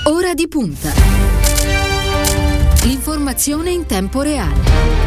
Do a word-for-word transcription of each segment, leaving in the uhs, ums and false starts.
Ora di punta. L'informazione in tempo reale.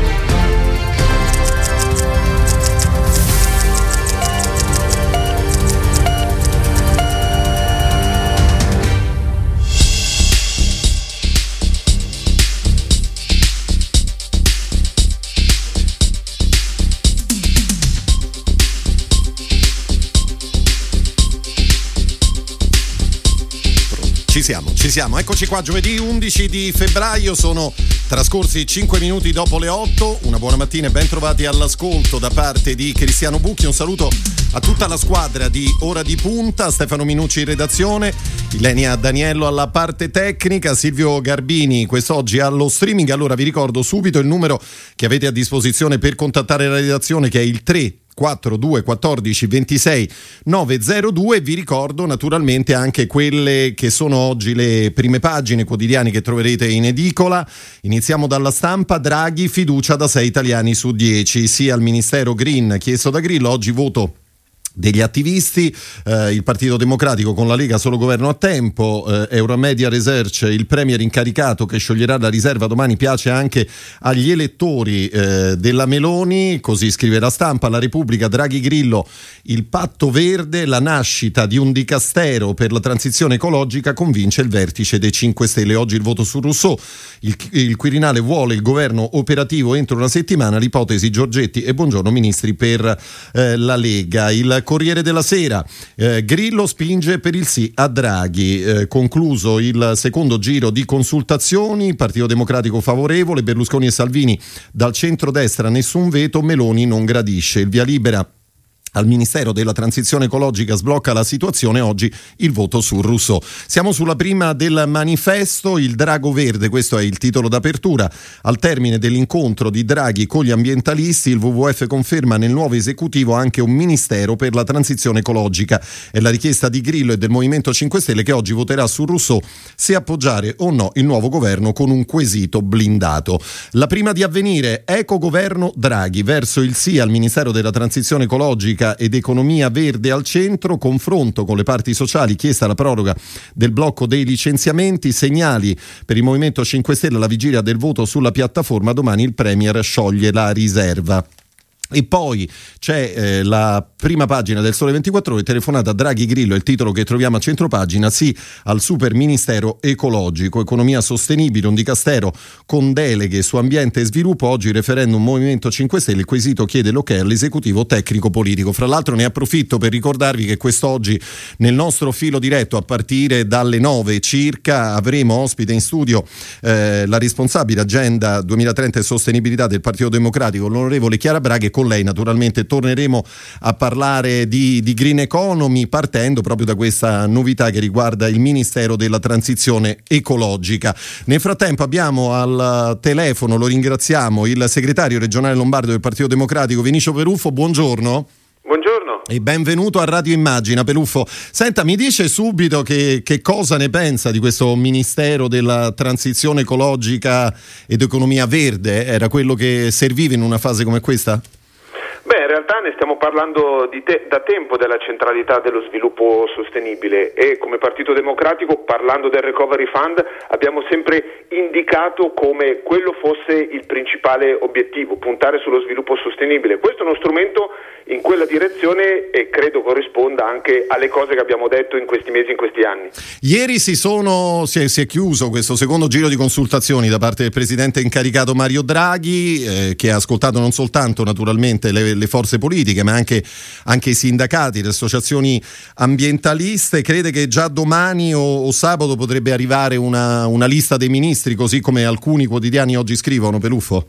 Ci siamo, ci siamo, eccoci qua, giovedì undici di febbraio, sono trascorsi cinque minuti dopo le otto, una buona mattina e ben trovati all'ascolto da parte di Cristiano Bucchi, un saluto a tutta la squadra di Ora di Punta, Stefano Minucci in redazione, Ilenia Daniello alla parte tecnica, Silvio Garbini quest'oggi allo streaming. Allora vi ricordo subito il numero che avete a disposizione per contattare la redazione, che è il tre quattro due quattordici ventisei novecentodue. Vi ricordo naturalmente anche quelle che sono oggi le prime pagine quotidiane che troverete in edicola. Iniziamo dalla Stampa. Draghi, fiducia da sei italiani su dieci, sì al ministero green chiesto da Grillo, oggi voto degli attivisti, eh, il Partito Democratico con la Lega solo governo a tempo, eh, Euromedia Research, il premier incaricato che scioglierà la riserva domani piace anche agli elettori eh, della Meloni, così scrive la Stampa. La Repubblica, Draghi Grillo, il patto verde, la nascita di un dicastero per la transizione ecologica convince il vertice dei cinque Stelle. Oggi il voto su Rousseau, il, il Quirinale vuole il governo operativo entro una settimana, l'ipotesi Giorgetti e Bongiorno ministri per eh, la Lega. Il Corriere della Sera, eh, Grillo spinge per il sì a Draghi, eh, concluso il secondo giro di consultazioni, Partito Democratico favorevole, Berlusconi e Salvini dal centrodestra nessun veto, Meloni non gradisce, il via libera al Ministero della Transizione Ecologica sblocca la situazione, oggi il voto su Rousseau. Siamo sulla prima del manifesto, il drago verde, questo è il titolo d'apertura. Al termine dell'incontro di Draghi con gli ambientalisti, il W W F conferma nel nuovo esecutivo anche un Ministero per la Transizione Ecologica. È la richiesta di Grillo e del Movimento cinque Stelle che oggi voterà su Rousseau se appoggiare o no il nuovo governo con un quesito blindato. La prima di Avvenire, ecogoverno Draghi, verso il sì al Ministero della Transizione Ecologica ed economia verde al centro, confronto con le parti sociali, chiesta la proroga del blocco dei licenziamenti, segnali per il Movimento cinque Stelle alla vigilia del voto sulla piattaforma, domani il Premier scioglie la riserva. E poi c'è eh, la prima pagina del Sole ventiquattro Ore, telefonata Draghi Grillo, il titolo che troviamo a centropagina, sì al super ministero ecologico, economia sostenibile, un dicastero con deleghe su ambiente e sviluppo, oggi referendum Movimento cinque Stelle, il quesito chiede l'ok all'esecutivo tecnico politico. Fra l'altro ne approfitto per ricordarvi che quest'oggi nel nostro filo diretto a partire dalle nove circa avremo ospite in studio eh, la responsabile agenda duemilatrenta e sostenibilità del Partito Democratico, l'onorevole Chiara Braga, e con lei naturalmente torneremo a parlare di, di green economy, partendo proprio da questa novità che riguarda il Ministero della Transizione Ecologica. Nel frattempo abbiamo al telefono, lo ringraziamo, il segretario regionale lombardo del Partito Democratico Vinicio Peruffo. Buongiorno. Buongiorno. E benvenuto a Radio Immagina, Peruffo. Senta, mi dice subito che, che cosa ne pensa di questo Ministero della Transizione Ecologica ed Economia Verde? Era quello che serviva in una fase come questa? Beh, in realtà ne stiamo parlando di te- da tempo della centralità dello sviluppo sostenibile e come Partito Democratico, parlando del Recovery Fund, abbiamo sempre indicato come quello fosse il principale obiettivo, puntare sullo sviluppo sostenibile. Questo è uno strumento in quella direzione e credo corrisponda anche alle cose che abbiamo detto in questi mesi, in questi anni. Ieri si, sono, si, è, si è chiuso questo secondo giro di consultazioni da parte del presidente incaricato Mario Draghi, eh, che ha ascoltato non soltanto naturalmente le, le forze politiche ma anche, anche i sindacati, le associazioni ambientaliste. Crede che già domani o, o sabato potrebbe arrivare una, una lista dei ministri, così come alcuni quotidiani oggi scrivono, Peruffo?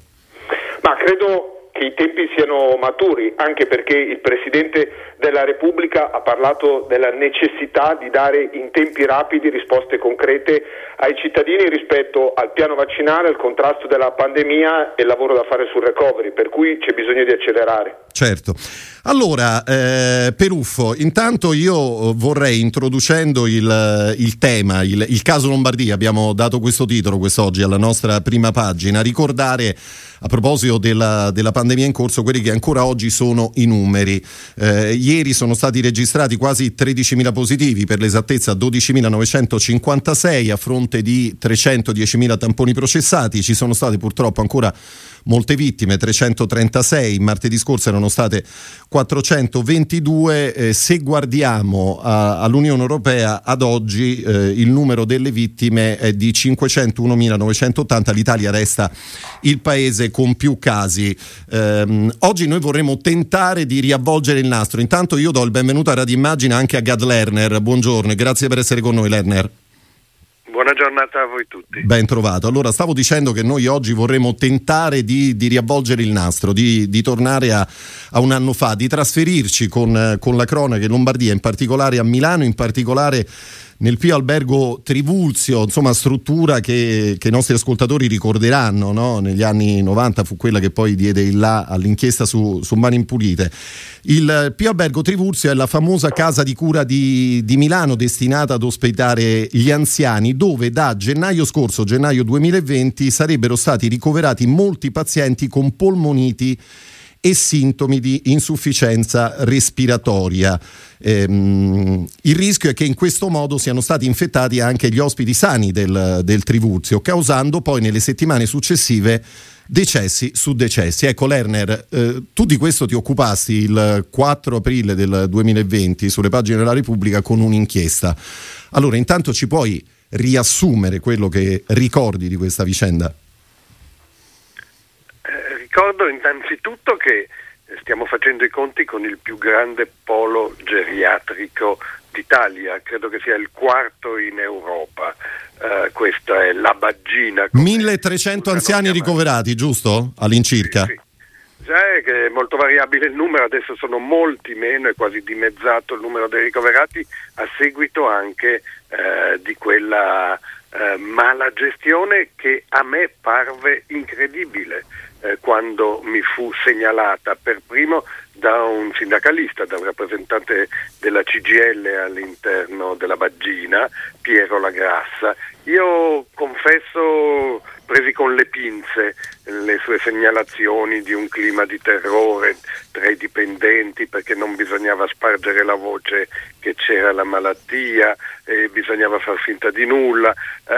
Ma credo che i tempi siano maturi, anche perché il Presidente della Repubblica ha parlato della necessità di dare in tempi rapidi risposte concrete ai cittadini rispetto al piano vaccinale, al contrasto della pandemia e il lavoro da fare sul recovery, per cui c'è bisogno di accelerare. Certo. Allora, eh, Peruffo, intanto io vorrei, introducendo il, il tema, il, il caso Lombardia, abbiamo dato questo titolo quest'oggi alla nostra prima pagina, ricordare a proposito della, della pandemia in corso quelli che ancora oggi sono i numeri. Eh, ieri sono stati registrati quasi tredicimila positivi, per l'esattezza dodicimilanovecentocinquantasei a fronte di trecentodiecimila tamponi processati. Ci sono state purtroppo ancora molte vittime, trecentotrentasei, martedì scorso erano state quattrocentoventidue. Eh, se guardiamo a, all'Unione Europea ad oggi eh, il numero delle vittime è di cinquecentounomilanovecentoottanta, l'Italia resta il paese con più casi. Eh, oggi noi vorremmo tentare di riavvolgere il nastro. Intanto io do il benvenuto a Radio Immagine anche a Gad Lerner, buongiorno e grazie per essere con noi, Lerner. Buona giornata a voi tutti. Ben trovato. Allora, stavo dicendo che noi oggi vorremmo tentare di, di riavvolgere il nastro, di, di tornare a, a un anno fa, di trasferirci con, con la cronaca in Lombardia, in particolare a Milano, in particolare nel Pio Albergo Trivulzio, insomma struttura che, che i nostri ascoltatori ricorderanno, no? Negli anni novanta fu quella che poi diede il là all'inchiesta su, su Mani Impulite. Il Pio Albergo Trivulzio è la famosa casa di cura di, di Milano destinata ad ospitare gli anziani, dove da gennaio scorso, gennaio duemilaventi, sarebbero stati ricoverati molti pazienti con polmoniti e sintomi di insufficienza respiratoria. Ehm, il rischio è che in questo modo siano stati infettati anche gli ospiti sani del, del Trivulzio, causando poi nelle settimane successive decessi su decessi. Ecco, Lerner, eh, tu di questo ti occupasti il quattro aprile del duemilaventi sulle pagine della Repubblica con un'inchiesta. Allora, intanto ci puoi riassumere quello che ricordi di questa vicenda? Ricordo innanzitutto che stiamo facendo i conti con il più grande polo geriatrico d'Italia, credo che sia il quarto in Europa. Uh, questa è la Baggina. milletrecento anziani ricoverati, giusto? All'incirca? Sì, sì. Già è che è molto variabile il numero, adesso sono molti meno, è quasi dimezzato il numero dei ricoverati a seguito anche uh, di quella uh, mala gestione che a me parve incredibile. Eh, quando mi fu segnalata per primo da un sindacalista, da un rappresentante della C G I L all'interno della Baggina, Piero Lagrassa. Io confesso presi con le pinze le sue segnalazioni di un clima di terrore tra i dipendenti, perché non bisognava spargere la voce che c'era la malattia e bisognava far finta di nulla.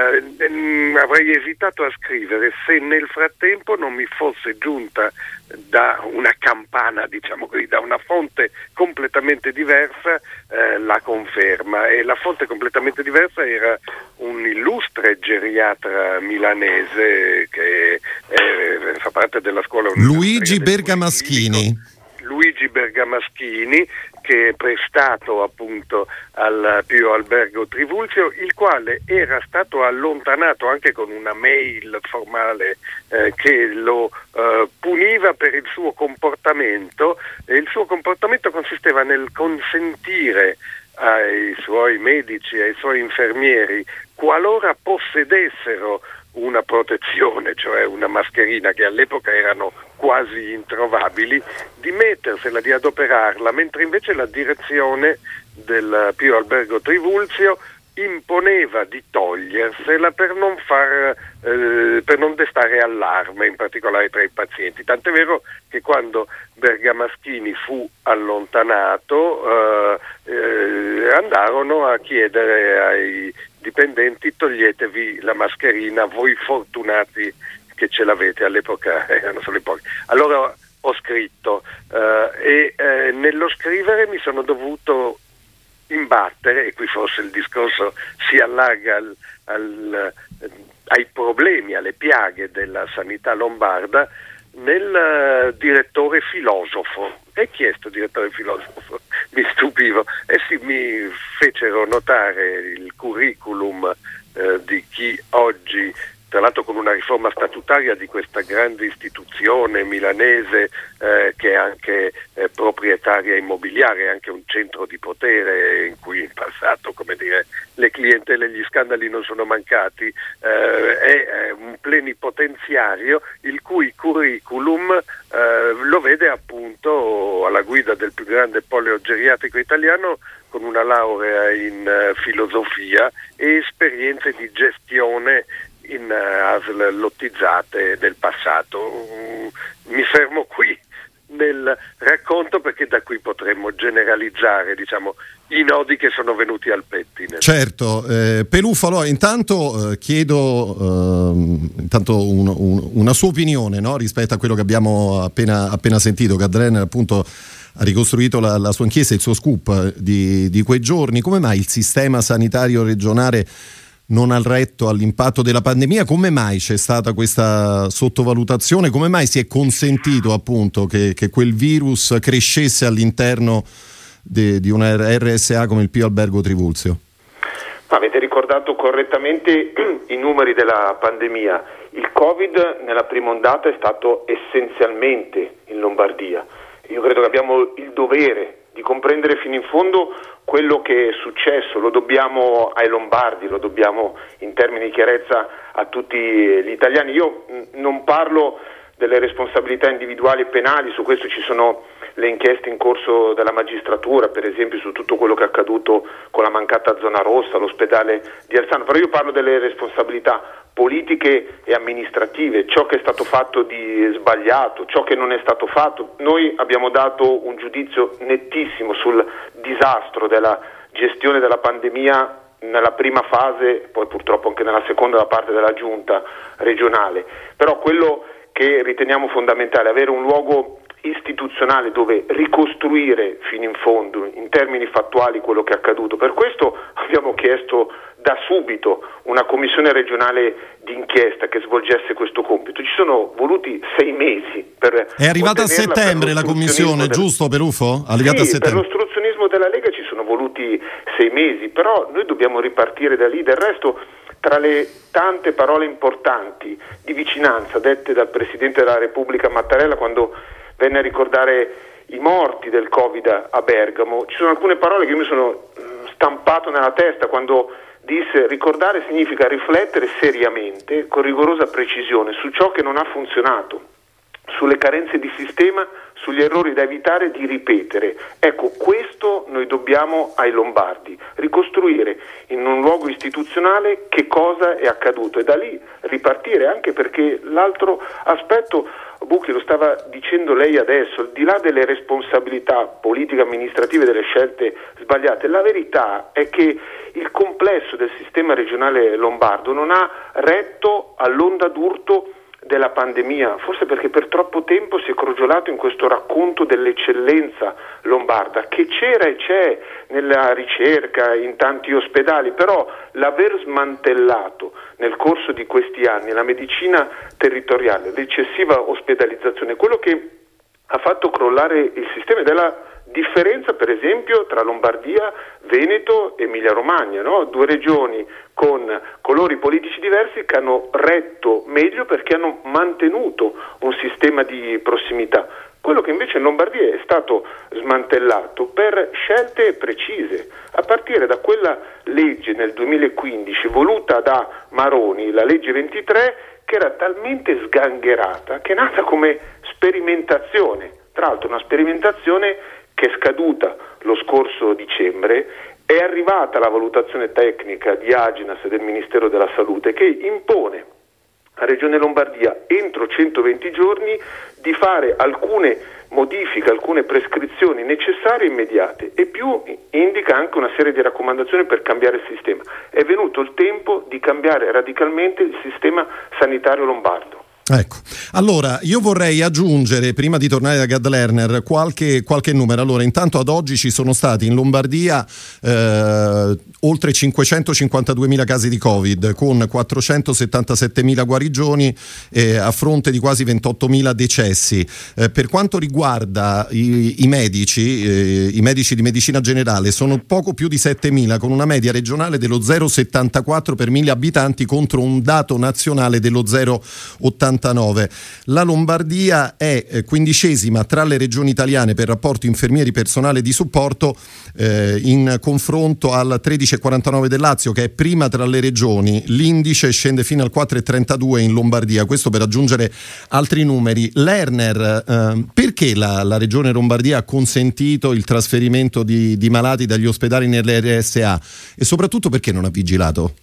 Eh, avrei esitato a scrivere se nel frattempo non mi fosse giunta da una campana, diciamo così, da una fonte completamente diversa eh, la conferma, e la fonte completamente diversa era un illustre geriatra milanese che eh, fa parte della scuola Luigi Bergamaschini. Luigi Bergamaschini, che è prestato appunto al Pio Albergo Trivulzio, il quale era stato allontanato anche con una mail formale eh, che lo eh, puniva per il suo comportamento, e il suo comportamento consisteva nel consentire ai suoi medici, ai suoi infermieri, qualora possedessero una protezione, cioè una mascherina, che all'epoca erano quasi introvabili, di mettersela, di adoperarla, mentre invece la direzione del Pio Albergo Trivulzio imponeva di togliersela per non far eh, per non destare allarme, in particolare tra i pazienti. Tant'è vero che quando Bergamaschini fu allontanato eh, eh, andarono a chiedere ai dipendenti: toglietevi la mascherina, voi fortunati che ce l'avete. All'epoca erano solo i pochi. Allora ho scritto eh, e eh, nello scrivere mi sono dovuto imbattere, e qui forse il discorso si allarga al, al, ai problemi, alle piaghe della sanità lombarda, nel uh, direttore filosofo. E chi è sto direttore filosofo? Mi stupivo. E sì, mi fecero notare il curriculum uh, di chi oggi, tra l'altro con una riforma statutaria di questa grande istituzione milanese eh, che è anche eh, proprietaria immobiliare, anche un centro di potere in cui in passato, come dire, le clientele e gli scandali non sono mancati, eh, è, è un plenipotenziario il cui curriculum eh, lo vede appunto guida del più grande polio geriatrico italiano, con una laurea in uh, filosofia e esperienze di gestione in uh, A S L lottizzate del passato. Uh, mi fermo qui nel racconto, perché da qui potremmo generalizzare, diciamo, i nodi che sono venuti al pettine. Certo, eh, Peluffalo, intanto eh, chiedo eh, intanto un, un, una sua opinione, no, rispetto a quello che abbiamo appena, appena sentito. Gadlerner appunto ha ricostruito la, la sua inchiesta, il suo scoop di, di quei giorni. Come mai il sistema sanitario regionale non ha retto all'impatto della pandemia? Come mai c'è stata questa sottovalutazione? Come mai si è consentito appunto che, che quel virus crescesse all'interno de, di una R S A come il Pio Albergo Trivulzio? Avete ricordato correttamente i numeri della pandemia. Il Covid nella prima ondata è stato essenzialmente in Lombardia. Io credo che abbiamo il dovere di comprendere fino in fondo quello che è successo, lo dobbiamo ai lombardi, lo dobbiamo in termini di chiarezza a tutti gli italiani. Io mh, non parlo delle responsabilità individuali e penali, su questo ci sono le inchieste in corso della magistratura, per esempio su tutto quello che è accaduto con la mancata zona rossa, l'ospedale di Arsano, però io parlo delle responsabilità politiche e amministrative, ciò che è stato fatto di sbagliato, ciò che non è stato fatto. Noi abbiamo dato un giudizio nettissimo sul disastro della gestione della pandemia nella prima fase, poi purtroppo anche nella seconda da parte della giunta regionale, però quello che riteniamo fondamentale è avere un luogo istituzionale dove ricostruire fino in fondo in termini fattuali quello che è accaduto. Per questo abbiamo chiesto da subito una commissione regionale d'inchiesta che svolgesse questo compito. Ci sono voluti sei mesi per è arrivata a settembre la commissione, del... giusto Peruffo? Arrivata sì, a settembre. Per l'ostruzionismo della Lega ci sono voluti sei mesi, però noi dobbiamo ripartire da lì. Del resto, tra le tante parole importanti di vicinanza dette dal Presidente della Repubblica Mattarella quando venne a ricordare i morti del Covid a Bergamo, ci sono alcune parole che mi sono stampato nella testa quando disse: ricordare significa riflettere seriamente, con rigorosa precisione, su ciò che non ha funzionato, sulle carenze di sistema, sugli errori da evitare di ripetere. Ecco, questo noi dobbiamo ai lombardi, ricostruire in un luogo istituzionale che cosa è accaduto e da lì ripartire, anche perché l'altro aspetto, Bucchi, lo stava dicendo lei adesso, al di là delle responsabilità politiche, amministrative, delle scelte sbagliate, la verità è che il complesso del sistema regionale lombardo non ha retto all'onda d'urto della pandemia, forse perché per troppo tempo si è crogiolato in questo racconto dell'eccellenza lombarda, che c'era e c'è nella ricerca, in tanti ospedali, però l'aver smantellato nel corso di questi anni la medicina territoriale, l'eccessiva ospedalizzazione, quello che ha fatto crollare il sistema ed è la differenza per esempio tra Lombardia, Veneto e Emilia Romagna, no? Due regioni con colori politici diversi che hanno retto meglio perché hanno mantenuto un sistema di prossimità. Quello che invece in Lombardia è stato smantellato per scelte precise, a partire da quella legge nel duemilaquindici voluta da Maroni, la legge ventitré, che era talmente sgangherata che è nata come sperimentazione, tra l'altro una sperimentazione che è scaduta lo scorso dicembre. È arrivata la valutazione tecnica di Agenas e del Ministero della Salute che impone a Regione Lombardia entro centoventi giorni di fare alcune modifiche, alcune prescrizioni necessarie e immediate, e più indica anche una serie di raccomandazioni per cambiare il sistema. È venuto il tempo di cambiare radicalmente il sistema sanitario lombardo. Ecco, allora io vorrei aggiungere, prima di tornare da Gadlerner, qualche, qualche numero. Allora, intanto ad oggi ci sono stati in Lombardia eh, oltre cinquecentocinquantaduemila casi di Covid, con quattrocentosettantasettemila guarigioni eh, a fronte di quasi ventottomila decessi. Eh, per quanto riguarda i, i medici, eh, i medici di medicina generale sono poco più di settemila, con una media regionale dello zero virgola settantaquattro per mille abitanti contro un dato nazionale dello zero virgola ottantasei. quarantanove. La Lombardia è eh, quindicesima tra le regioni italiane per rapporto infermieri personale di supporto, eh, in confronto al tredici virgola quarantanove del Lazio, che è prima tra le regioni. L'indice scende fino al quattro virgola trentadue in Lombardia, questo per aggiungere altri numeri. Lerner, eh, perché la, la regione Lombardia ha consentito il trasferimento di, di malati dagli ospedali nelle R S A e soprattutto perché non ha vigilato?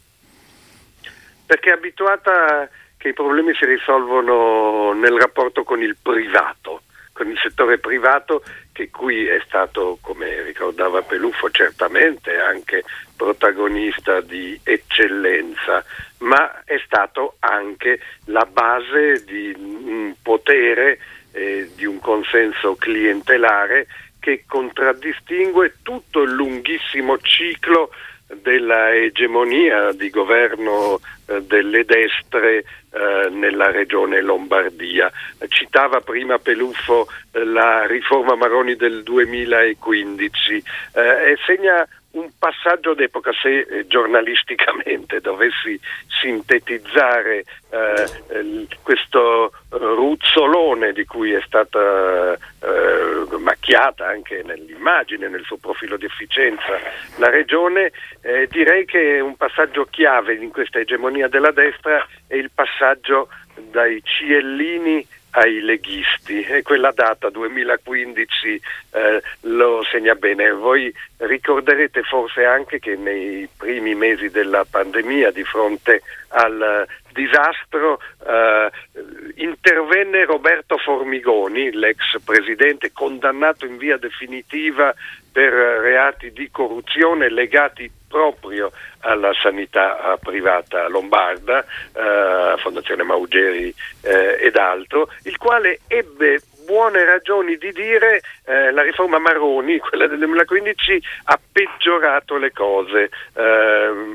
Perché è abituata che i problemi si risolvono nel rapporto con il privato, con il settore privato, che qui è stato, come ricordava Peluffo, certamente anche protagonista di eccellenza, ma è stato anche la base di un potere, eh, di un consenso clientelare che contraddistingue tutto il lunghissimo ciclo della egemonia di governo eh, delle destre eh, nella regione Lombardia. Citava prima Peluffo eh, la riforma Maroni del duemilaquindici eh, e segna un passaggio d'epoca. Se eh, giornalisticamente dovessi sintetizzare eh, eh, questo eh, ruzzolone di cui è stata eh, macchiata anche nell'immagine, nel suo profilo di efficienza, la regione, eh, direi che un passaggio chiave in questa egemonia della destra è il passaggio dai ciellini ai leghisti, e quella data duemilaquindici eh, lo segna bene. Voi ricorderete forse anche che nei primi mesi della pandemia, di fronte al disastro, eh, intervenne Roberto Formigoni, l'ex presidente, condannato in via definitiva per reati di corruzione legati proprio alla sanità privata lombarda, eh, Fondazione Maugeri eh, ed altro, il quale ebbe buone ragioni di dire eh, la riforma Maroni, quella del duemilaquindici, ha peggiorato le cose eh,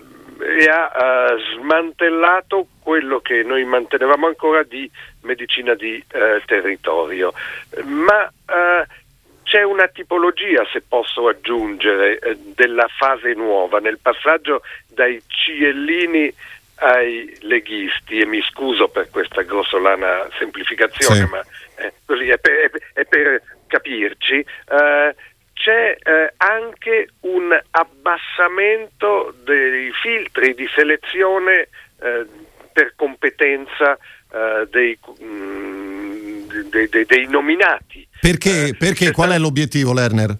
e ha uh, smantellato quello che noi mantenevamo ancora di medicina di uh, territorio. Ma uh, c'è una tipologia, se posso aggiungere, eh, della fase nuova, nel passaggio dai ciellini ai leghisti, e mi scuso per questa grossolana semplificazione, sì. ma eh, così è per, è per capirci. Eh, c'è eh, anche un abbassamento dei filtri di selezione eh, per competenza eh, dei, mh, dei, dei, dei nominati. Perché? Eh, perché? Qual è l'obiettivo, Lerner?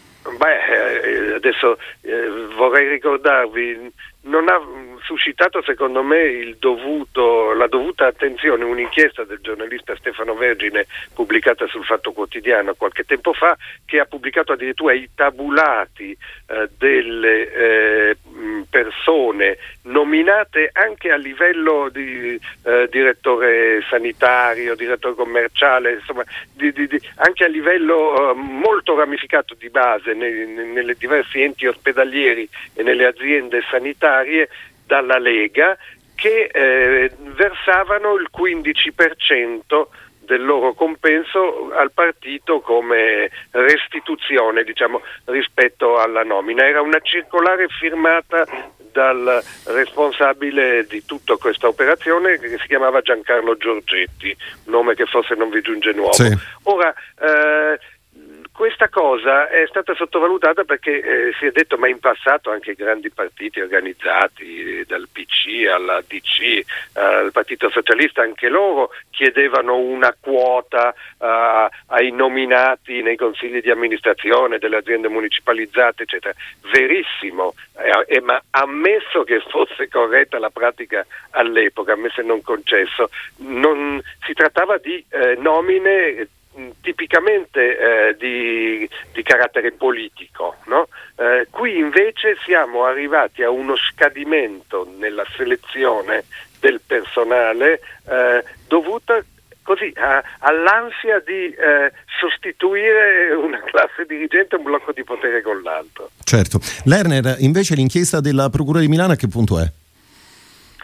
Beh, adesso eh, vorrei ricordarvi, non ha suscitato secondo me il dovuto, la dovuta attenzione un'inchiesta del giornalista Stefano Vergine pubblicata sul Fatto Quotidiano qualche tempo fa, che ha pubblicato addirittura i tabulati eh, delle eh, persone nominate anche a livello di eh, direttore sanitario, direttore commerciale, insomma di, di, di, anche a livello eh, molto ramificato di base nei, nelle diversi enti ospedalieri e nelle aziende sanitarie, dalla Lega, che eh, versavano il quindici per cento del loro compenso al partito come restituzione, diciamo, rispetto alla nomina. Era una circolare firmata dal responsabile di tutta questa operazione, che si chiamava Giancarlo Giorgetti, nome che forse non vi giunge nuovo. Sì. Ora, eh, questa cosa è stata sottovalutata perché eh, si è detto, ma in passato anche i grandi partiti organizzati, dal P C alla D C, al Partito Socialista, anche loro chiedevano una quota uh, ai nominati nei consigli di amministrazione delle aziende municipalizzate, eccetera. Verissimo, eh, eh, ma ammesso che fosse corretta la pratica all'epoca, ammesso e non concesso, non si trattava di eh, nomine tipicamente eh, di, di carattere politico, no? Eh, qui invece siamo arrivati a uno scadimento nella selezione del personale eh, dovuta così a, all'ansia di eh, sostituire una classe dirigente, un blocco di potere con l'altro. Certo. Lerner, invece l'inchiesta della Procura di Milano a che punto è?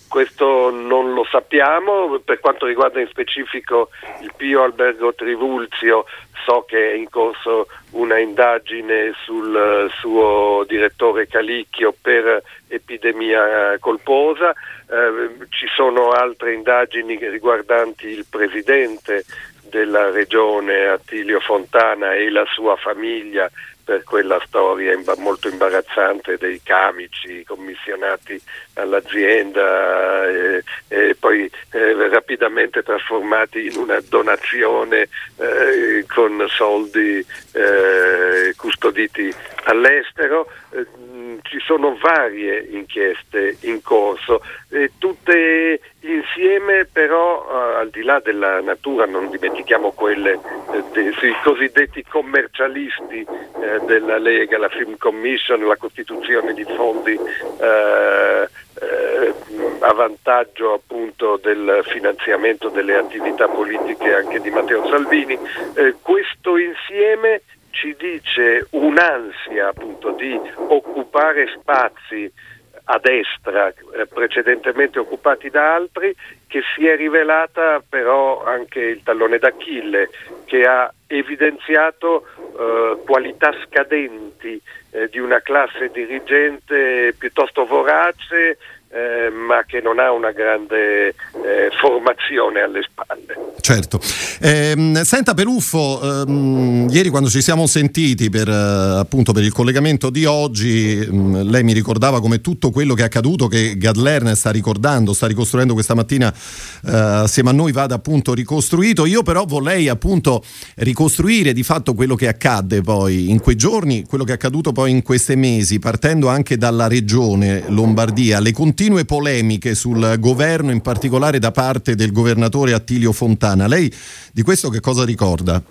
questo non lo sappiamo. Per quanto riguarda in specifico il Pio Albergo Trivulzio, so che è in corso una indagine sul suo direttore Calicchio per epidemia colposa, eh, ci sono altre indagini riguardanti il presidente della regione Attilio Fontana e la sua famiglia per quella storia molto imbarazzante dei camici commissionati all'azienda e, e poi eh, rapidamente trasformati in una donazione eh, con soldi eh, custoditi all'estero. Eh, ci sono varie inchieste in corso, eh, tutte insieme però, eh, al di là della natura, non dimentichiamo quelle eh, dei cosiddetti commercialisti eh, della Lega, la Film Commission, la costituzione di fondi eh, eh, a vantaggio appunto del finanziamento delle attività politiche anche di Matteo Salvini. Eh, questo insieme ci dice un'ansia appunto di occupare spazi a destra eh, precedentemente occupati da altri, che si è rivelata però anche il tallone d'Achille, che ha evidenziato eh, qualità scadenti eh, di una classe dirigente piuttosto vorace, Eh, ma che non ha una grande eh, formazione alle spalle. Certo. Eh, senta Peluffo, ehm, ieri quando ci siamo sentiti per eh, appunto per il collegamento di oggi, mh, lei mi ricordava come tutto quello che è accaduto, che Gad Lerner sta ricordando, sta ricostruendo questa mattina eh, assieme a noi, vada appunto ricostruito. Io però vorrei appunto ricostruire di fatto quello che accadde poi in quei giorni, quello che è accaduto poi in questi mesi, partendo anche dalla regione Lombardia, le continue polemiche sul governo, in particolare da parte del governatore Attilio Fontana. Lei di questo che cosa ricorda?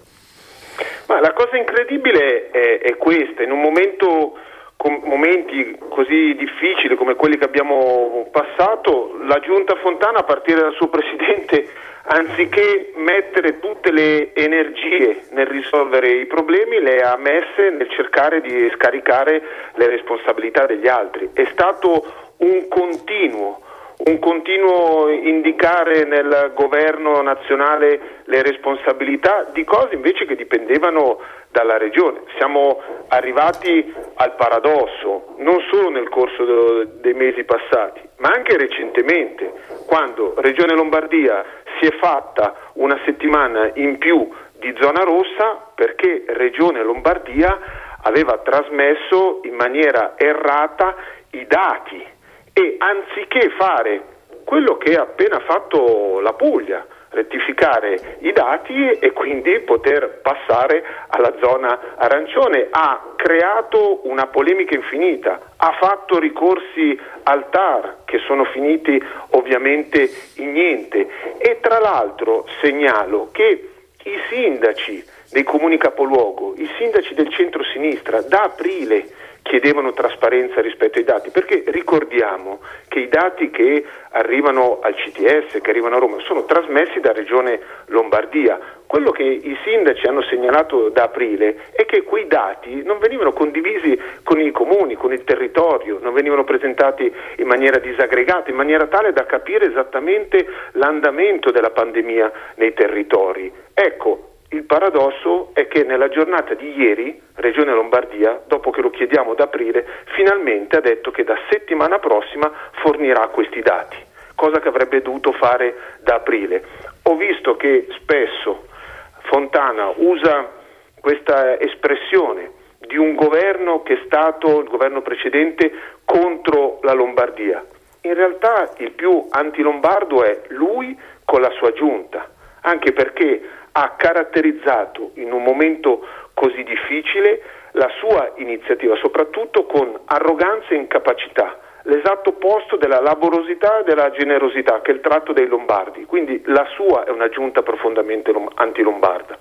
Ma la cosa incredibile è, è questa: in un momento, con momenti così difficili come quelli che abbiamo passato, la giunta Fontana, a partire dal suo presidente, anziché mettere tutte le energie nel risolvere i problemi, le ha messe nel cercare di scaricare le responsabilità degli altri. È stato un continuo, un continuo indicare nel governo nazionale le responsabilità di cose invece che dipendevano dalla regione. Siamo arrivati al paradosso, non solo nel corso dei mesi passati, ma anche recentemente, quando Regione Lombardia si è fatta una settimana in più di zona rossa perché Regione Lombardia aveva trasmesso in maniera errata i dati. E anziché fare quello che ha appena fatto la Puglia, rettificare i dati e quindi poter passare alla zona arancione, ha creato una polemica infinita, ha fatto ricorsi al T A R che sono finiti ovviamente in niente. E tra l'altro segnalo che i sindaci dei comuni capoluogo, i sindaci del centro-sinistra da aprile chiedevano trasparenza rispetto ai dati, perché ricordiamo che i dati che arrivano al C T S, che arrivano a Roma, sono trasmessi da Regione Lombardia. Quello che i sindaci hanno segnalato da aprile è che quei dati non venivano condivisi con i comuni, con il territorio, non venivano presentati in maniera disaggregata, in maniera tale da capire esattamente l'andamento della pandemia nei territori. Ecco, il paradosso è che nella giornata di ieri Regione Lombardia, dopo che lo chiediamo da aprile, finalmente ha detto che da settimana prossima fornirà questi dati, cosa che avrebbe dovuto fare da aprile. Ho visto che spesso Fontana usa questa espressione di un governo che è stato, il governo precedente, contro la Lombardia. In realtà il più antilombardo è lui con la sua giunta, anche perché ha caratterizzato in un momento così difficile la sua iniziativa, soprattutto con arroganza e incapacità, l'esatto opposto della laborosità e della generosità, che è il tratto dei lombardi. Quindi la sua è una giunta profondamente lom- antilombarda.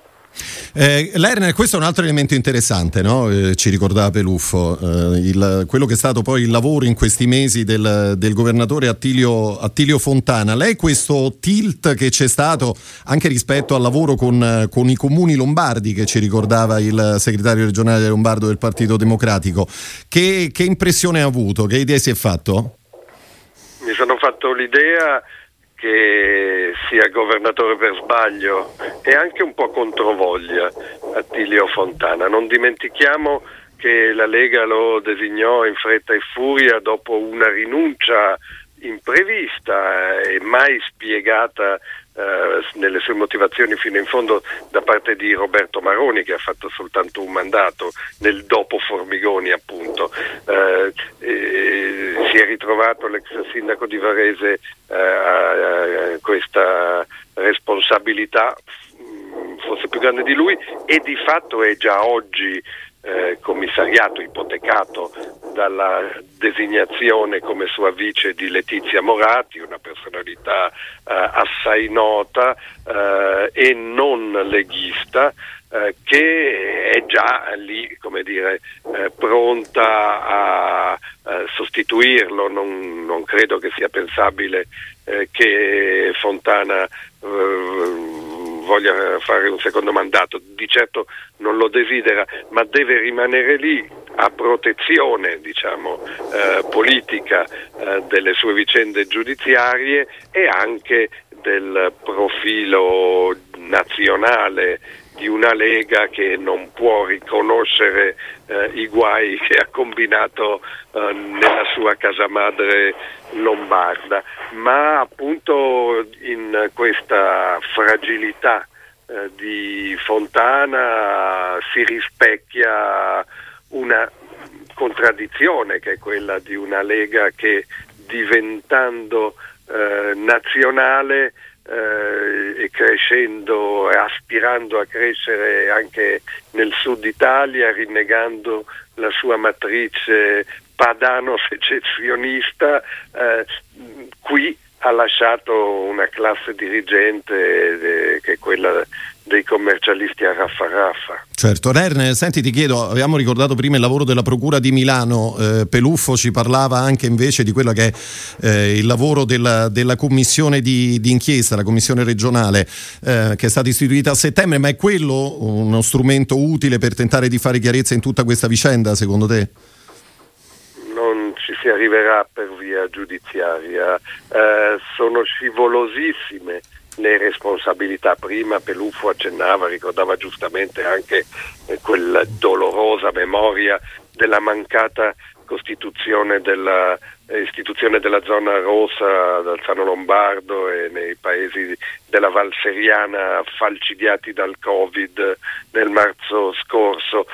Eh, Lerner, questo è un altro elemento interessante, no? Eh, ci ricordava Peluffo, eh, il, quello che è stato poi il lavoro in questi mesi del, del governatore Attilio, Attilio Fontana. Lei questo tilt che c'è stato anche rispetto al lavoro con, con i comuni lombardi, che ci ricordava il segretario regionale lombardo del Partito Democratico, che, che impressione ha avuto? Che idee si è fatto? Mi sono fatto l'idea che sia governatore per sbaglio e anche un po' controvoglia Attilio Fontana. Non dimentichiamo che la Lega lo designò in fretta e furia dopo una rinuncia imprevista e mai spiegata eh, nelle sue motivazioni fino in fondo da parte di Roberto Maroni, che ha fatto soltanto un mandato nel dopo Formigoni, appunto. Eh, eh, si è ritrovato l'ex sindaco di Varese eh, a questa responsabilità forse più grande di lui, e di fatto è già oggi eh, commissariato, ipotecato dalla designazione come sua vice di Letizia Moratti, una personalità eh, assai nota eh, e non leghista, eh, che è già lì, come dire, eh, pronta a, a sostituirlo. Non, non credo che sia pensabile eh, che Fontana eh, voglia fare un secondo mandato, di certo non lo desidera, ma deve rimanere lì a protezione, diciamo, eh, politica eh, delle sue vicende giudiziarie e anche del profilo nazionale di una Lega che non può riconoscere eh, i guai che ha combinato eh, nella sua casa madre lombarda, ma appunto in questa fragilità eh, di Fontana si rispecchia una contraddizione, che è quella di una Lega che, diventando eh, nazionale eh, e crescendo e aspirando a crescere anche nel sud Italia, rinnegando la sua matrice padano-secessionista, eh, qui ha lasciato una classe dirigente eh, che è quella dei commercialisti a raffa raffa. Certo. Lerner, senti, ti chiedo, abbiamo ricordato prima il lavoro della Procura di Milano, eh, Peluffo ci parlava anche invece di quello che è eh, il lavoro della, della commissione di, di inchiesta, la commissione regionale eh, che è stata istituita a settembre, ma è quello uno strumento utile per tentare di fare chiarezza in tutta questa vicenda, secondo te? Non ci si arriverà per via giudiziaria, eh, sono scivolosissime le responsabilità. Prima Peluffo accennava, ricordava giustamente anche eh, quella dolorosa memoria della mancata costituzione della eh, istituzione della zona rossa d'Alzano Lombardo e nei paesi della Val Seriana falcidiati dal Covid nel marzo scorso.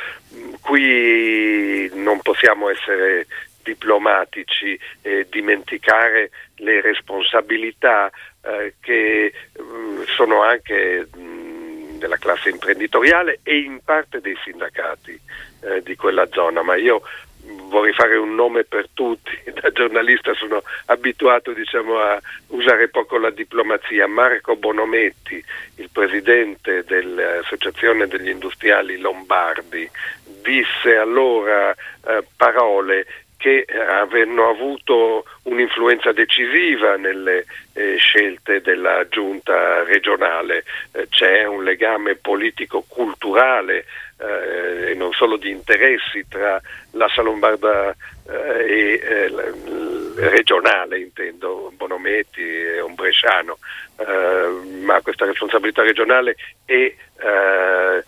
Qui non possiamo essere diplomatici e dimenticare le responsabilità eh, che mh, sono anche mh, della classe imprenditoriale e in parte dei sindacati eh, di quella zona, ma io vorrei fare un nome per tutti. Da giornalista sono abituato, diciamo, a usare poco la diplomazia. Marco Bonometti, il presidente dell'Associazione degli Industriali Lombardi, disse allora eh, parole che avevano avuto un'influenza decisiva nelle eh, scelte della giunta regionale. Eh, c'è un legame politico-culturale eh, e non solo di interessi tra l'Assa Lombarda eh, e eh, l- regionale, intendo, Bonometti e un bresciano, eh, ma questa responsabilità regionale e eh,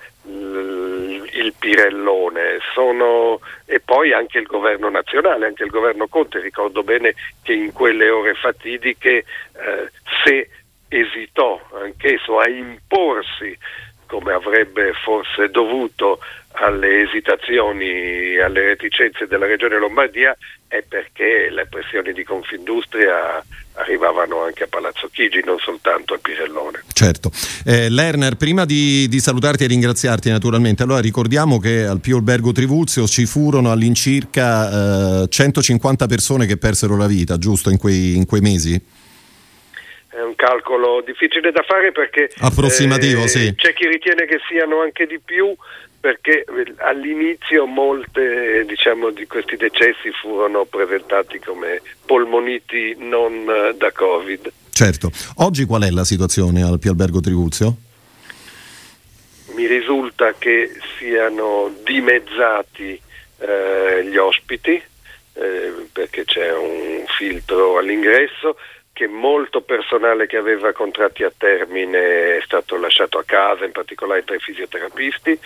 il Pirellone sono, e poi anche il governo nazionale, anche il governo Conte. Ricordo bene che in quelle ore fatidiche eh, se esitò anch'esso a imporsi, come avrebbe forse dovuto, alle esitazioni, alle reticenze della regione Lombardia, è perché le pressioni di Confindustria arrivavano anche a Palazzo Chigi, non soltanto a Pirellone. Certo. Eh, Lerner, prima di, di salutarti e ringraziarti naturalmente, allora ricordiamo che al Pio Albergo Trivulzio ci furono all'incirca eh, centocinquanta persone che persero la vita, giusto, in quei, in quei mesi? È un calcolo difficile da fare perché approssimativo, eh, sì. C'è chi ritiene che siano anche di più, perché all'inizio molte, diciamo, di questi decessi furono presentati come polmoniti non da Covid. Certo. Oggi qual è la situazione al Pio Albergo Trivulzio? Mi risulta che siano dimezzati eh, gli ospiti, eh, perché c'è un filtro all'ingresso, che molto personale che aveva contratti a termine è stato lasciato a casa, in particolare tra i fisioterapisti.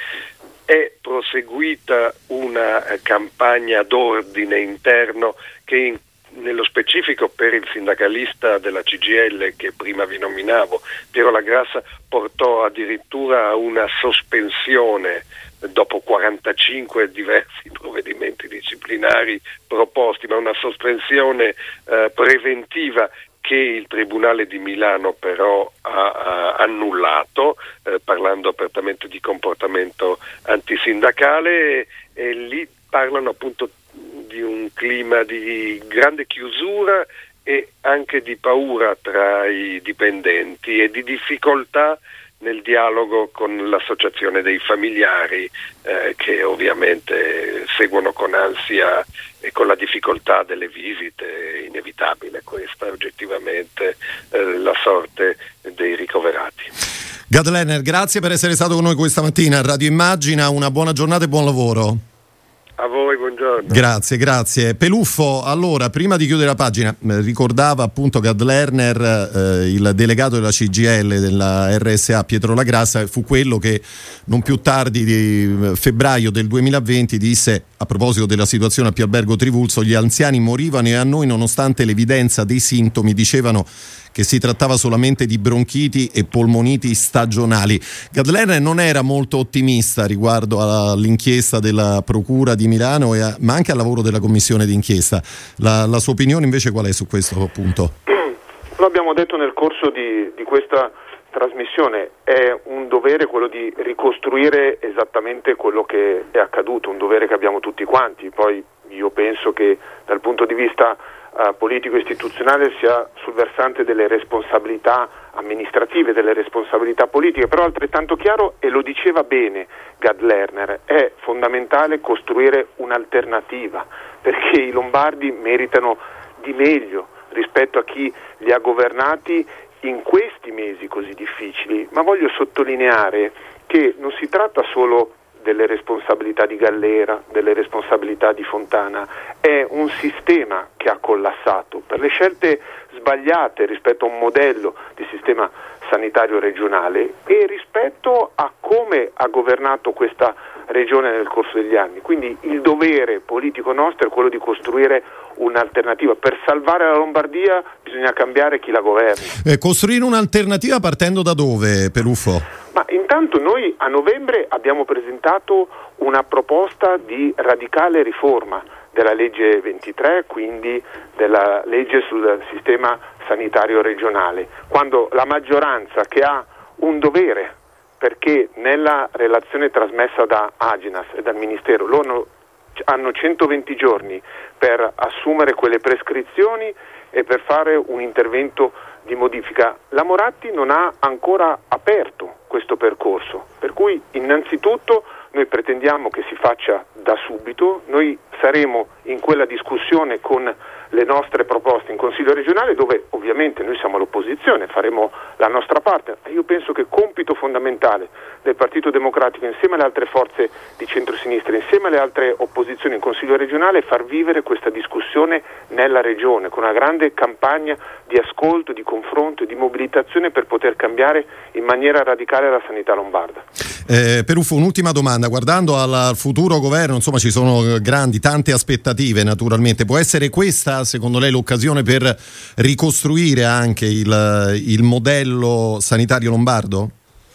È proseguita una campagna d'ordine interno che in, nello specifico per il sindacalista della C G I L che prima vi nominavo, Piero La Grassa, portò addirittura a una sospensione dopo quarantacinque diversi provvedimenti disciplinari proposti, ma una sospensione eh, preventiva che il Tribunale di Milano però ha, ha annullato, eh, parlando apertamente di comportamento antisindacale, e, e lì parlano appunto di un clima di grande chiusura e anche di paura tra i dipendenti e di difficoltà nel dialogo con l'associazione dei familiari, eh, che ovviamente seguono con ansia e con la difficoltà delle visite. È inevitabile questa oggettivamente, eh, la sorte dei ricoverati. Gad Lerner, grazie per essere stato con noi questa mattina a Radio Immagina, una buona giornata e buon lavoro. A voi, buongiorno. Grazie, grazie. Peluffo, allora, prima di chiudere la pagina, ricordava appunto Gad Lerner, eh, il delegato della C G I L, della R S A, Pietro La Grassa, fu quello che non più tardi di febbraio del duemilaventi disse, a proposito della situazione a Pialbergo Trivulzio: gli anziani morivano e a noi, nonostante l'evidenza dei sintomi, dicevano che si trattava solamente di bronchiti e polmoniti stagionali. Gad Lerner non era molto ottimista riguardo all'inchiesta della Procura di Milano, e a, ma anche al lavoro della commissione d'inchiesta. La, la sua opinione invece qual è su questo punto? Lo abbiamo detto nel corso di, di questa trasmissione, è un dovere quello di ricostruire esattamente quello che è accaduto, un dovere che abbiamo tutti quanti. Poi io penso che dal punto di vista Uh, politico-istituzionale sia sul versante delle responsabilità amministrative, delle responsabilità politiche, però altrettanto chiaro, e lo diceva bene Gad Lerner, è fondamentale costruire un'alternativa, perché i lombardi meritano di meglio rispetto a chi li ha governati in questi mesi così difficili. Ma voglio sottolineare che non si tratta solo delle responsabilità di Gallera, delle responsabilità di Fontana, è un sistema che ha collassato per le scelte sbagliate rispetto a un modello di sistema sanitario regionale e rispetto a come ha governato questa regione nel corso degli anni. Quindi il dovere politico nostro è quello di costruire un'alternativa. Per salvare la Lombardia bisogna cambiare chi la governa. Eh, costruire un'alternativa partendo da dove, Peluffo? Ma intanto noi a novembre abbiamo presentato una proposta di radicale riforma della legge ventitré, quindi della legge sul sistema sanitario regionale, quando la maggioranza, che ha un dovere, perché nella relazione trasmessa da Agenas e dal Ministero loro hanno centoventi giorni per assumere quelle prescrizioni e per fare un intervento di modifica. La Moratti non ha ancora aperto questo percorso, per cui innanzitutto noi pretendiamo che si faccia da subito. Noi saremo in quella discussione con le nostre proposte in Consiglio regionale, dove ovviamente noi siamo all'opposizione, faremo la nostra parte. Io penso che compito fondamentale del Partito Democratico, insieme alle altre forze di centrosinistra, insieme alle altre opposizioni in Consiglio regionale, è far vivere questa discussione nella regione, con una grande campagna di ascolto, di confronto e di mobilitazione per poter cambiare in maniera radicale la sanità lombarda. Eh, Peruffo, un'ultima domanda. Guardando al futuro governo, insomma, ci sono grandi, tante aspettative naturalmente. Può essere questa, secondo lei, l'occasione per ricostruire anche il, il modello sanitario lombardo?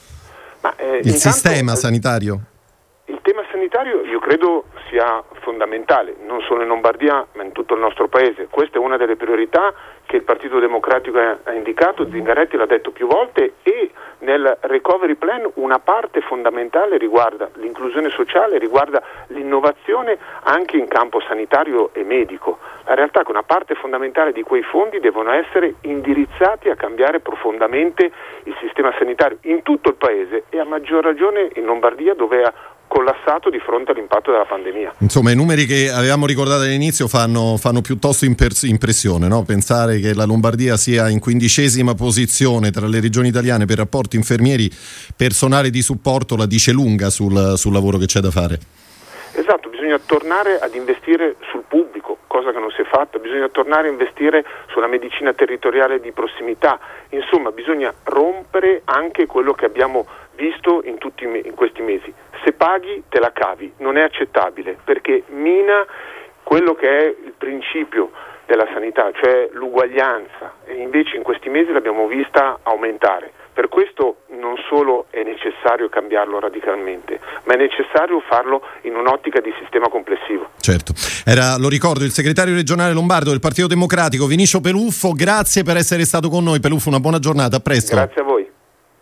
Ma, eh, il intanto, sistema sanitario? Il tema sanitario io credo sia fondamentale, non solo in Lombardia ma in tutto il nostro paese. Questa è una delle priorità che il Partito Democratico ha indicato, Zingaretti l'ha detto più volte, e nel recovery plan una parte fondamentale riguarda l'inclusione sociale, riguarda l'innovazione anche in campo sanitario e medico. La realtà è che una parte fondamentale di quei fondi devono essere indirizzati a cambiare profondamente il sistema sanitario in tutto il paese e a maggior ragione in Lombardia, dove ha collassato di fronte all'impatto della pandemia. Insomma, i numeri che avevamo ricordato all'inizio fanno, fanno piuttosto imper- impressione, no? Pensare che la Lombardia sia in quindicesima posizione tra le regioni italiane per rapporti infermieri, personale di supporto, la dice lunga sul, sul lavoro che c'è da fare. Esatto, bisogna tornare ad investire sul pubblico, cosa che non si è fatta, bisogna tornare a investire sulla medicina territoriale di prossimità, insomma bisogna rompere anche quello che abbiamo visto in tutti in questi mesi. Se paghi te la cavi, non è accettabile perché mina quello che è il principio della sanità, cioè l'uguaglianza, e invece in questi mesi l'abbiamo vista aumentare. Per questo non solo è necessario cambiarlo radicalmente, ma è necessario farlo in un'ottica di sistema complessivo. Certo, era, lo ricordo, il segretario regionale lombardo del Partito Democratico, Vinicio Peluffo, grazie per essere stato con noi. Peluffo, una buona giornata, a presto. Grazie a voi.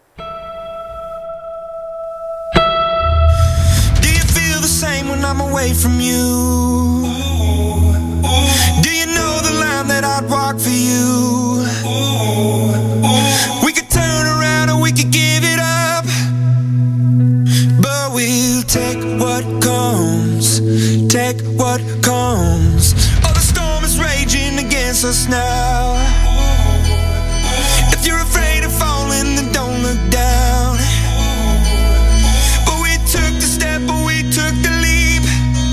Do you feel the same when I'm away from you? Do you know the line that I'd walk for you? We could turn around and we could give it up, but we'll take what comes, take what comes. Oh, the storm is raging against us now. If you're afraid of falling, then don't look down. But we took the step, but we took the leap,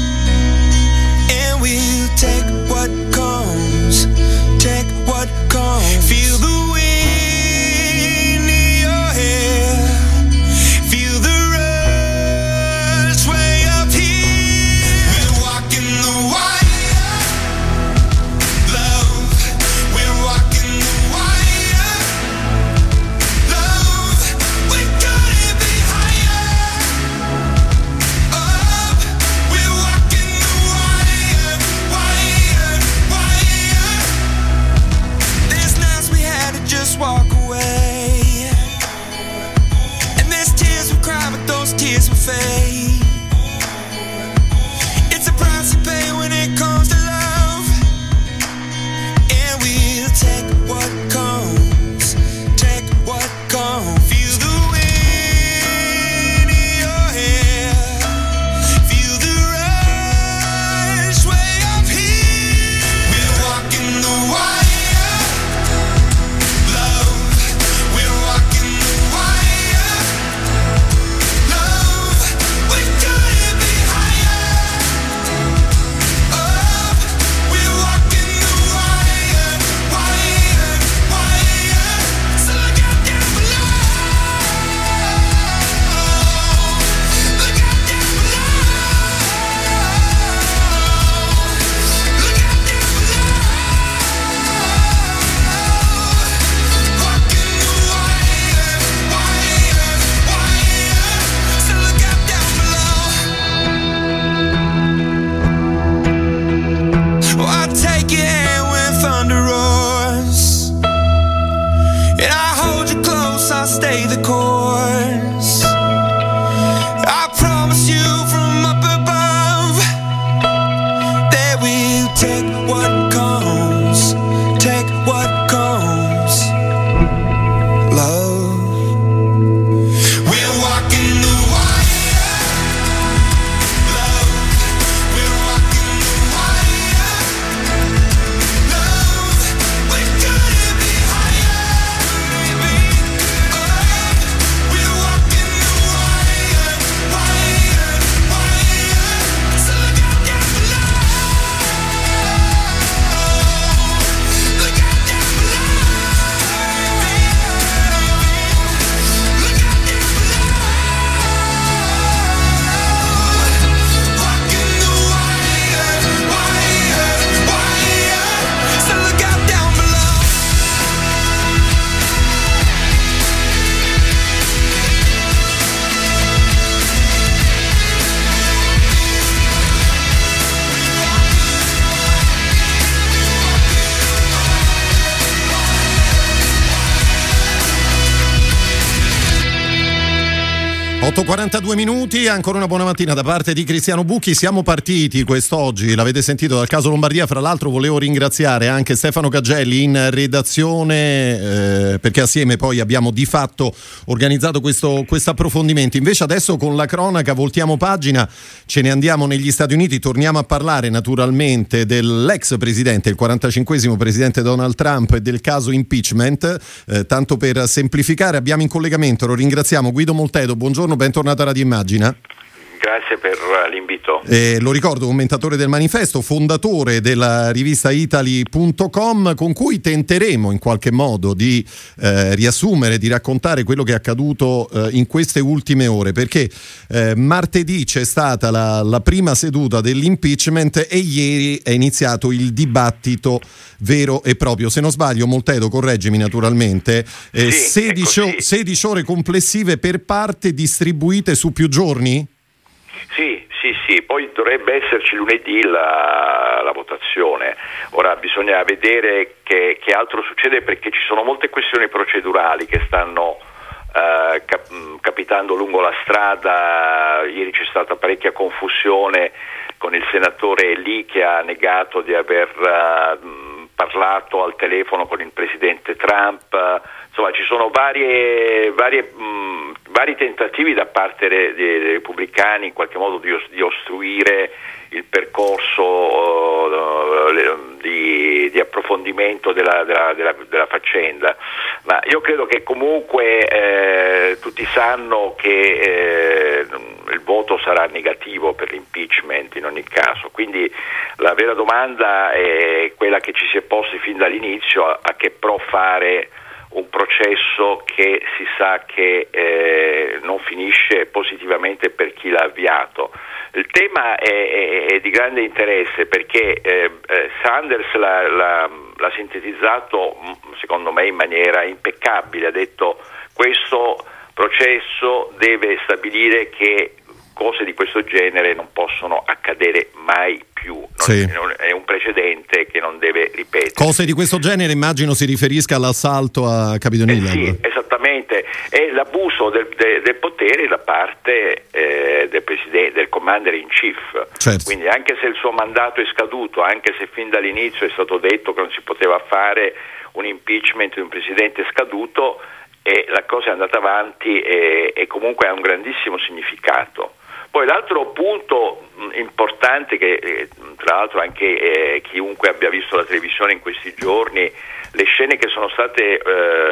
and we'll take what comes, take what comes. Feel the wind in your hair, feel the rush way up here. We're walking the wire, love. We're walking the wire, love. We gotta be higher, up. We're walking the wire, wire, wire. There's nights we had to just walk away, and there's tears we cry, but those tears will fade. It's a price you pay when it comes to love, and we'll take what comes, take what comes. Feel the wind in your hair, feel the rush way up here. We're walking the wire, love. We're walking the wire, love. We gotta be higher, up. We're walking the wire, wire, wire. So look out down below, look out down below, look out down below. Walking the wire, wire, wire. So look out down below. Oh, I'll take your hand when thunder roars, and I hold you close, I'll stay the course. I promise you from up above that we'll take what comes, take what comes, love. We're walking the wire, love. We're walking the wire, love. We gotta be higher, baby, up. We're walking the wire, wire, wire. So look out down below, look out down below, look out down below. Walking the wire, wire, wire. So look out down below. otto e quarantadue minuti, ancora una buona mattina da parte di Cristiano Bucchi. Siamo partiti quest'oggi, l'avete sentito, dal caso Lombardia. Fra l'altro volevo ringraziare anche Stefano Cagelli in redazione, eh, perché assieme poi abbiamo di fatto organizzato questo approfondimento. Invece adesso con la cronaca voltiamo pagina, ce ne andiamo negli Stati Uniti, torniamo a parlare naturalmente dell'ex presidente, il quarantacinquesimo presidente Donald Trump, e del caso impeachment. Eh, tanto per semplificare abbiamo in collegamento, lo ringraziamo, Guido Moltedo. Buongiorno, bentornato a Radio Immagina. grazie per l'invito. Eh, lo ricordo, commentatore del Manifesto, fondatore della rivista Italy punto com, con cui tenteremo in qualche modo di eh, riassumere, di raccontare quello che è accaduto eh, in queste ultime ore, perché eh, martedì c'è stata la, la prima seduta dell'impeachment e ieri è iniziato il dibattito vero e proprio. Se non sbaglio, Moltedo, correggimi naturalmente, eh, sì, sedici, sedici ore complessive per parte distribuite su più giorni? Sì, sì, sì, poi dovrebbe esserci lunedì la, la votazione. Ora bisogna vedere che, che altro succede, perché ci sono molte questioni procedurali che stanno eh, cap- capitando lungo la strada. Ieri c'è stata parecchia confusione con il senatore Lee, che ha negato di aver uh, parlato al telefono con il presidente Trump. Insomma, ci sono varie, varie, mh, vari tentativi da parte dei, dei repubblicani in qualche modo di, di ostruire il percorso uh, di, di approfondimento della, della, della, della faccenda. Ma io credo che comunque eh, tutti sanno che eh, il voto sarà negativo per l'impeachment in ogni caso, quindi la vera domanda è quella che ci si è posti fin dall'inizio: a, a che pro fare un processo che si sa che eh, non finisce positivamente per chi l'ha avviato. Il tema è, è, è di grande interesse, perché eh, eh, Sanders l'ha, l'ha, l'ha sintetizzato secondo me in maniera impeccabile. Ha detto: questo processo deve stabilire che cose di questo genere non possono accadere mai più. Non sì. È un precedente che non deve ripetere. Cose di questo genere immagino si riferisca all'assalto a Capitol Hill. Eh sì, esattamente. È l'abuso del, del, del potere da parte eh, del presidente, del commander in chief. Certo. Quindi anche se il suo mandato è scaduto, anche se fin dall'inizio è stato detto che non si poteva fare un impeachment di un presidente scaduto, e la cosa è andata avanti e, e comunque ha un grandissimo significato. Poi l'altro punto mh, importante, che eh, tra l'altro anche eh, chiunque abbia visto la televisione in questi giorni, le scene che sono state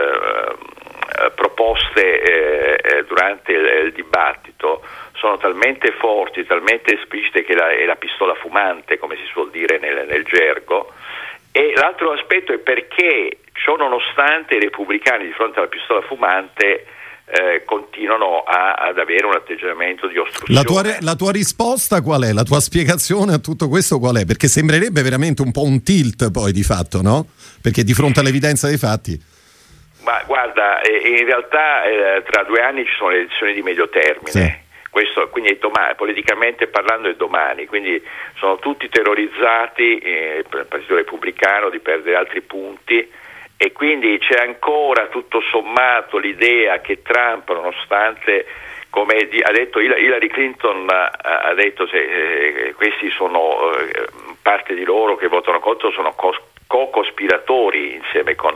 eh, proposte eh, durante il, il dibattito sono talmente forti, talmente esplicite, che la, è la pistola fumante, come si suol dire nel, nel gergo. E l'altro aspetto è perché, ciò nonostante, i repubblicani di fronte alla pistola fumante Eh, continuano a, ad avere un atteggiamento di ostruzione. La tua, la tua risposta qual è? La tua spiegazione a tutto questo qual è? Perché sembrerebbe veramente un po' un tilt poi di fatto, no? Perché di fronte all'evidenza dei fatti. Ma guarda, eh, in realtà eh, tra due anni ci sono le elezioni di medio termine. Sì. Questo, quindi è domani, politicamente parlando è domani, quindi sono tutti terrorizzati, eh, per il Partito Repubblicano, di perdere altri punti. E quindi c'è ancora tutto sommato l'idea che Trump, nonostante, come di, ha detto Hillary Clinton, ha, ha detto se eh, questi sono eh, parte di loro che votano contro, sono co- co-cospiratori insieme con,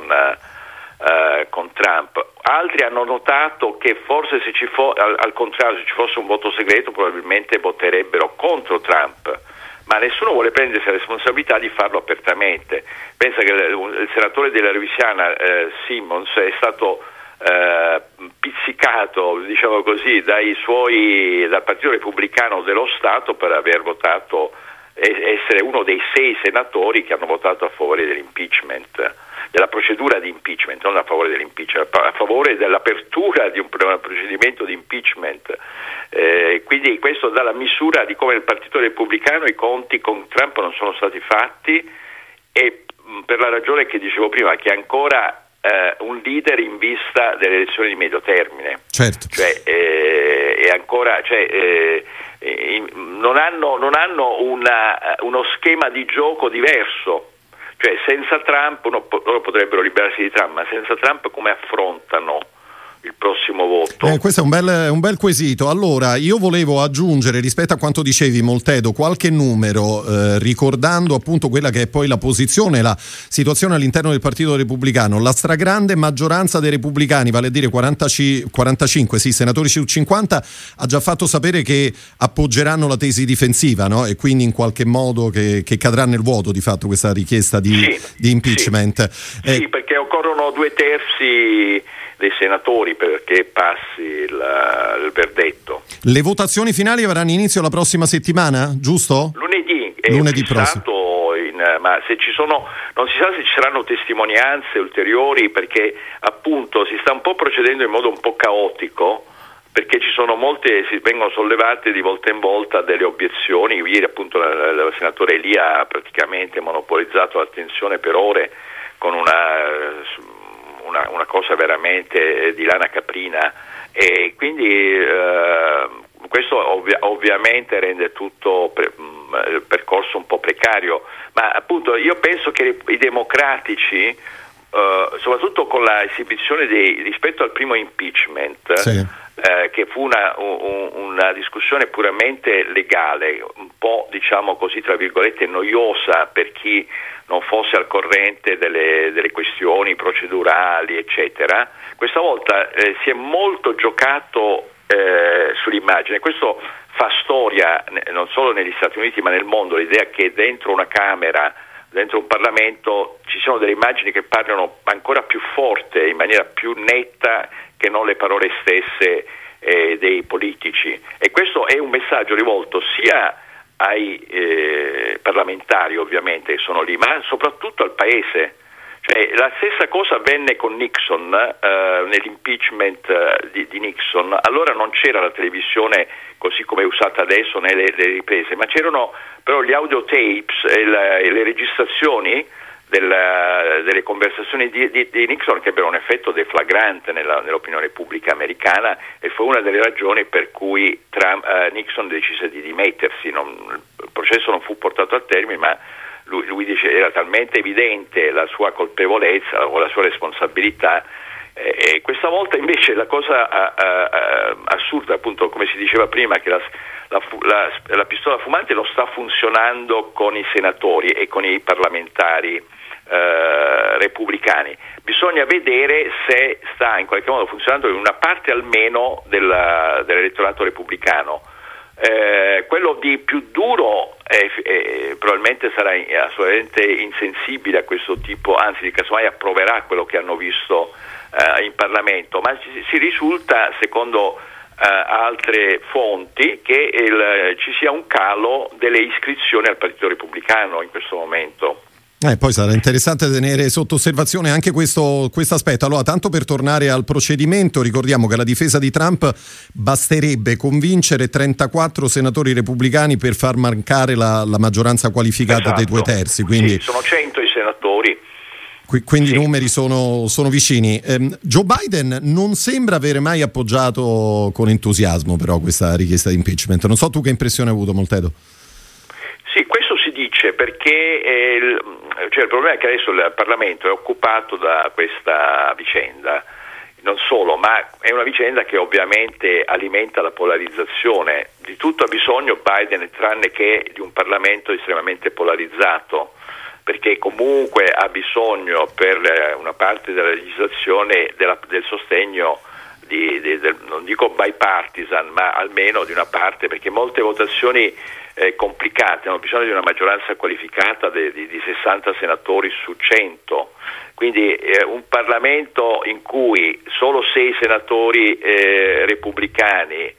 eh, con Trump. Altri hanno notato che forse se ci fo- al, al contrario, se ci fosse un voto segreto, probabilmente voterebbero contro Trump. Ma nessuno vuole prendersi la responsabilità di farlo apertamente. Pensa che il, il senatore della Louisiana, eh, Simmons, è stato eh, pizzicato, diciamo così, dai suoi, dal Partito Repubblicano dello Stato per aver votato, essere uno dei sei senatori che hanno votato a favore dell'impeachment, della procedura di impeachment, non a favore dell'impeachment, a favore dell'apertura di un procedimento di impeachment. Eh, quindi questo dà la misura di come il Partito Repubblicano, i conti con Trump non sono stati fatti, e mh, per la ragione che dicevo prima, che è ancora eh, un leader in vista delle elezioni di medio termine. Certo. Cioè, eh, è ancora, cioè, eh, eh, non hanno, non hanno una, uno schema di gioco diverso. Cioè, senza Trump, uno, loro potrebbero liberarsi di Trump, ma senza Trump come affrontano il prossimo voto? Eh, questo è un bel, un bel quesito. Allora, io volevo aggiungere, rispetto a quanto dicevi, Moltedo, qualche numero, eh, ricordando appunto quella che è poi la posizione, la situazione all'interno del Partito Repubblicano. La stragrande maggioranza dei repubblicani, vale a dire quarantacinque sì, senatori su cinquanta, ha già fatto sapere che appoggeranno la tesi difensiva, no? E quindi in qualche modo che, che cadrà nel vuoto di fatto questa richiesta di, sì, di impeachment. Sì, eh, sì, perché occorrono due terzi dei senatori perché passi il, il verdetto. Le votazioni finali avranno inizio la prossima settimana, giusto? Lunedì è Lunedì fissato, in, ma se ci sono, non si sa se ci saranno testimonianze ulteriori, perché appunto si sta un po' procedendo in modo un po' caotico, perché ci sono molte, si vengono sollevate di volta in volta delle obiezioni. Ieri appunto il senatore Elia ha praticamente monopolizzato l'attenzione per ore con una Una, una cosa veramente di lana caprina, e quindi eh, questo ovvia, ovviamente rende tutto pre, mh, il percorso un po' precario, ma appunto io penso che i democratici, eh, soprattutto con la esibizione dei, rispetto al primo impeachment, sì. eh, che fu una, un, una discussione puramente legale, un po' diciamo così tra virgolette noiosa per chi non fosse al corrente delle, delle questioni procedurali eccetera, questa volta eh, si è molto giocato eh, sull'immagine. Questo fa storia non solo negli Stati Uniti ma nel mondo, l'idea che dentro una Camera, dentro un Parlamento ci siano delle immagini che parlano ancora più forte, in maniera più netta che non le parole stesse eh, dei politici, e questo è un messaggio rivolto sia ai eh, parlamentari ovviamente che sono lì, ma soprattutto al paese. Cioè, la stessa cosa avvenne con Nixon, eh, nell'impeachment eh, di, di Nixon. Allora non c'era la televisione così come è usata adesso nelle, nelle riprese, ma c'erano però gli audiotapes e, la, e le registrazioni della, delle conversazioni di, di, di Nixon, che ebbero un effetto deflagrante nella, nell'opinione pubblica americana, e fu una delle ragioni per cui Trump, eh, Nixon decise di dimettersi. Non, il processo non fu portato a termine, ma lui, lui dice era talmente evidente la sua colpevolezza o la sua responsabilità, eh, e questa volta invece la cosa uh, uh, assurda, appunto come si diceva prima, che la La, la, la pistola fumante non sta funzionando con i senatori e con i parlamentari eh, repubblicani. Bisogna vedere se sta in qualche modo funzionando in una parte almeno della, dell'elettorato repubblicano. Eh, quello di più duro è, è, probabilmente sarà assolutamente insensibile a questo tipo, anzi casomai approverà quello che hanno visto eh, in Parlamento, ma si, si risulta, secondo Uh, altre fonti, che il, ci sia un calo delle iscrizioni al Partito Repubblicano in questo momento. Eh, poi sarà interessante tenere sotto osservazione anche questo aspetto. Allora, tanto per tornare al procedimento, ricordiamo che alla difesa di Trump basterebbe convincere trentaquattro senatori repubblicani per far mancare la, la maggioranza qualificata esatto. dei due terzi. Quindi sì, sono cento i senatori. Quindi sì. I numeri sono, sono vicini. Eh, Joe Biden non sembra avere mai appoggiato con entusiasmo però questa richiesta di impeachment. Non so tu che impressione hai avuto, Moltedo. Sì, questo si dice perché eh, il, cioè il problema è che adesso il Parlamento è occupato da questa vicenda. Non solo, ma è una vicenda che ovviamente alimenta la polarizzazione. Di tutto ha bisogno Biden, tranne che di un Parlamento estremamente polarizzato, perché comunque ha bisogno per una parte della legislazione della, del sostegno di, di, del, non dico bipartisan, ma almeno di una parte, perché molte votazioni eh, complicate hanno bisogno di una maggioranza qualificata di, di, di sessanta senatori su cento, quindi eh, un Parlamento in cui solo sei senatori eh, repubblicani eh,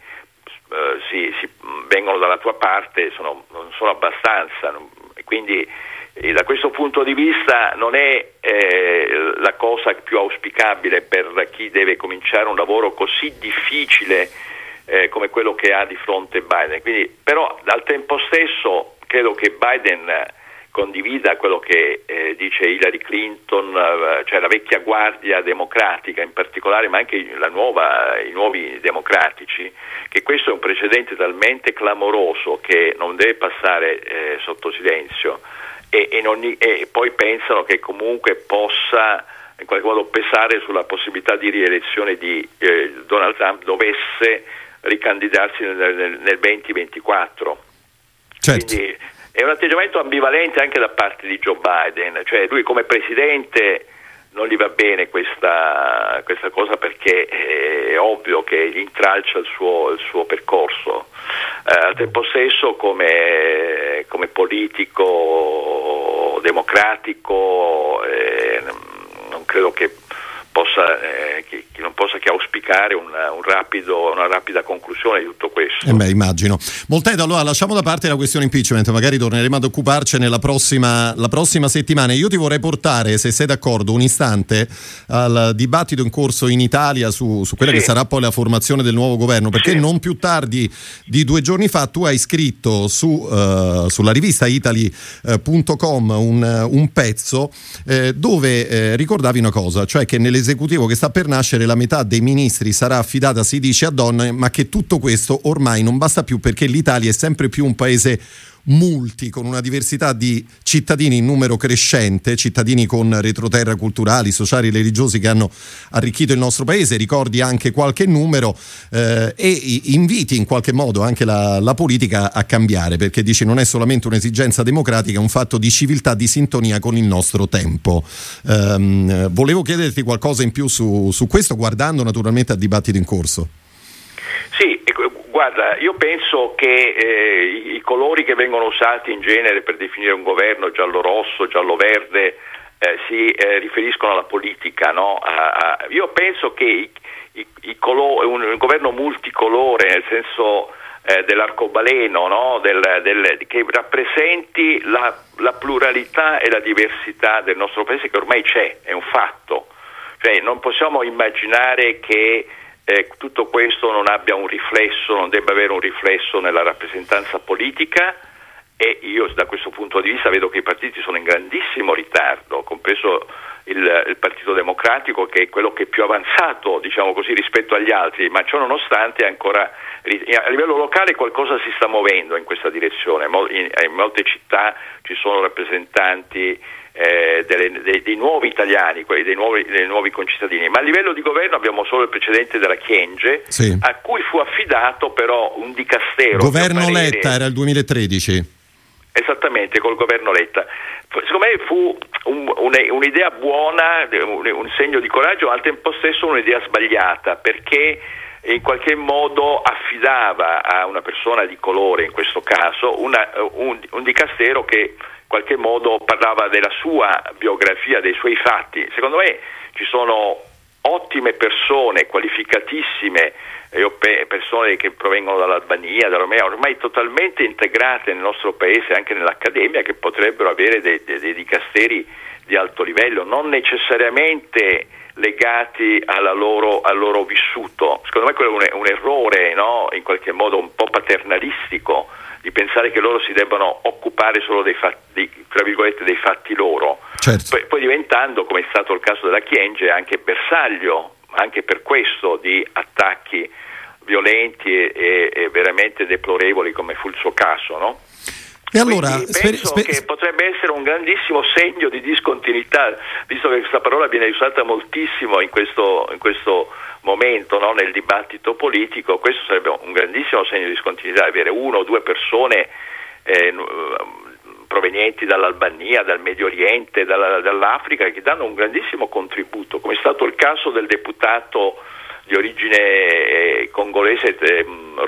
si, si vengono dalla tua parte sono, non sono abbastanza, non, quindi E da questo punto di vista non è eh, la cosa più auspicabile per chi deve cominciare un lavoro così difficile eh, come quello che ha di fronte Biden. Quindi, però al tempo stesso credo che Biden condivida quello che eh, dice Hillary Clinton, eh, cioè la vecchia guardia democratica in particolare, ma anche la nuova, i nuovi democratici, che questo è un precedente talmente clamoroso che non deve passare eh, sotto silenzio. E, e, non, e poi pensano che comunque possa in qualche modo pesare sulla possibilità di rielezione di eh, Donald Trump dovesse ricandidarsi nel, nel, nel venti ventiquattro. Certo. Quindi è un atteggiamento ambivalente anche da parte di Joe Biden, cioè lui come presidente non gli va bene questa, questa cosa, perché è ovvio che gli intralcia il suo, il suo percorso. Eh, al tempo stesso come, come politico democratico eh, non credo che possa eh, che, che non possa che auspicare un, un rapido, una rapida conclusione di tutto questo. Eh beh, immagino. Moltedo, allora lasciamo da parte la questione impeachment, magari torneremo ad occuparcene la prossima, la prossima settimana. Io ti vorrei portare, se sei d'accordo, un istante al dibattito in corso in Italia su, su quella sì. che sarà poi la formazione del nuovo governo, perché sì. non più tardi di due giorni fa tu hai scritto su, uh, sulla rivista Italy punto com un, un pezzo eh, dove eh, ricordavi una cosa, cioè che nell'esecutivo che sta per nascere la metà dei ministri sarà affidata, si dice, a donne, ma che tutto questo ormai non basta più, perché l'Italia è sempre più un paese multi, con una diversità di cittadini in numero crescente, cittadini con retroterra culturali, sociali, religiosi che hanno arricchito il nostro paese. Ricordi anche qualche numero eh, e inviti in qualche modo anche la, la politica a cambiare, perché dici non è solamente un'esigenza democratica, è un fatto di civiltà, di sintonia con il nostro tempo. Um, volevo chiederti qualcosa in più su, su questo, guardando naturalmente al dibattito in corso. Sì, guarda, io penso che eh, i colori che vengono usati in genere per definire un governo, giallo-rosso, giallo-verde, eh, si eh, riferiscono alla politica, no? A, a, io penso che i, i, i colo- un, un governo multicolore, nel senso eh, dell'arcobaleno, no? del, del, che rappresenti la, la pluralità e la diversità del nostro paese, che ormai c'è, è un fatto. Cioè, non possiamo immaginare che Eh, tutto questo non abbia un riflesso, non debba avere un riflesso nella rappresentanza politica, e io da questo punto di vista vedo che i partiti sono in grandissimo ritardo, compreso il, il Partito Democratico, che è quello che è più avanzato, diciamo così, rispetto agli altri, ma ciò nonostante ancora a livello locale qualcosa si sta muovendo in questa direzione. In, in molte città ci sono rappresentanti Eh, delle, dei, dei nuovi italiani, quelli dei nuovi, dei nuovi concittadini, ma a livello di governo abbiamo solo il precedente della Chienge, sì. a cui fu affidato però un dicastero. Governo Letta, era il duemilatredici. Esattamente, col governo Letta. Secondo me fu un, un, un'idea buona, un, un segno di coraggio, ma al tempo stesso un'idea sbagliata, perché in qualche modo affidava a una persona di colore, in questo caso, una, un, un dicastero che in qualche modo parlava della sua biografia, dei suoi fatti. Secondo me ci sono ottime persone, qualificatissime, eh, persone che provengono dall'Albania, dall'Armenia, ormai totalmente integrate nel nostro paese, anche nell'accademia, che potrebbero avere dei, dei, dei dicasteri di alto livello, non necessariamente legati alla loro, al loro vissuto. Secondo me quello è un, un errore, no? In qualche modo un po' paternalistico, di pensare che loro si debbano occupare solo dei fatti, tra virgolette, dei fatti loro. Certo. Poi, poi diventando, come è stato il caso della Chienge, anche bersaglio, anche per questo, di attacchi violenti e, e, e veramente deplorevoli, come fu il suo caso, no? E allora, penso sper- sper- che potrebbe essere un grandissimo segno di discontinuità, visto che questa parola viene usata moltissimo in questo, in questo momento, no? Nel dibattito politico. Questo sarebbe un grandissimo segno di discontinuità, avere uno o due persone eh, provenienti dall'Albania, dal Medio Oriente, dalla, dall'Africa, che danno un grandissimo contributo, come è stato il caso del deputato di origine eh, congolese eh,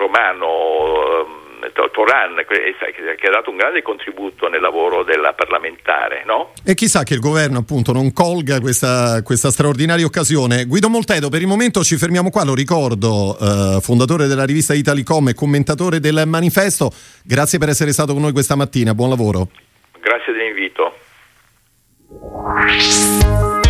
romano Toran, che ha dato un grande contributo nel lavoro della parlamentare, no? E chissà che il governo appunto non colga questa, questa straordinaria occasione. Guido Moltedo, per il momento ci fermiamo qua, lo ricordo, eh, fondatore della rivista Italy punto com e commentatore del Manifesto. Grazie per essere stato con noi questa mattina, buon lavoro. Grazie dell'invito.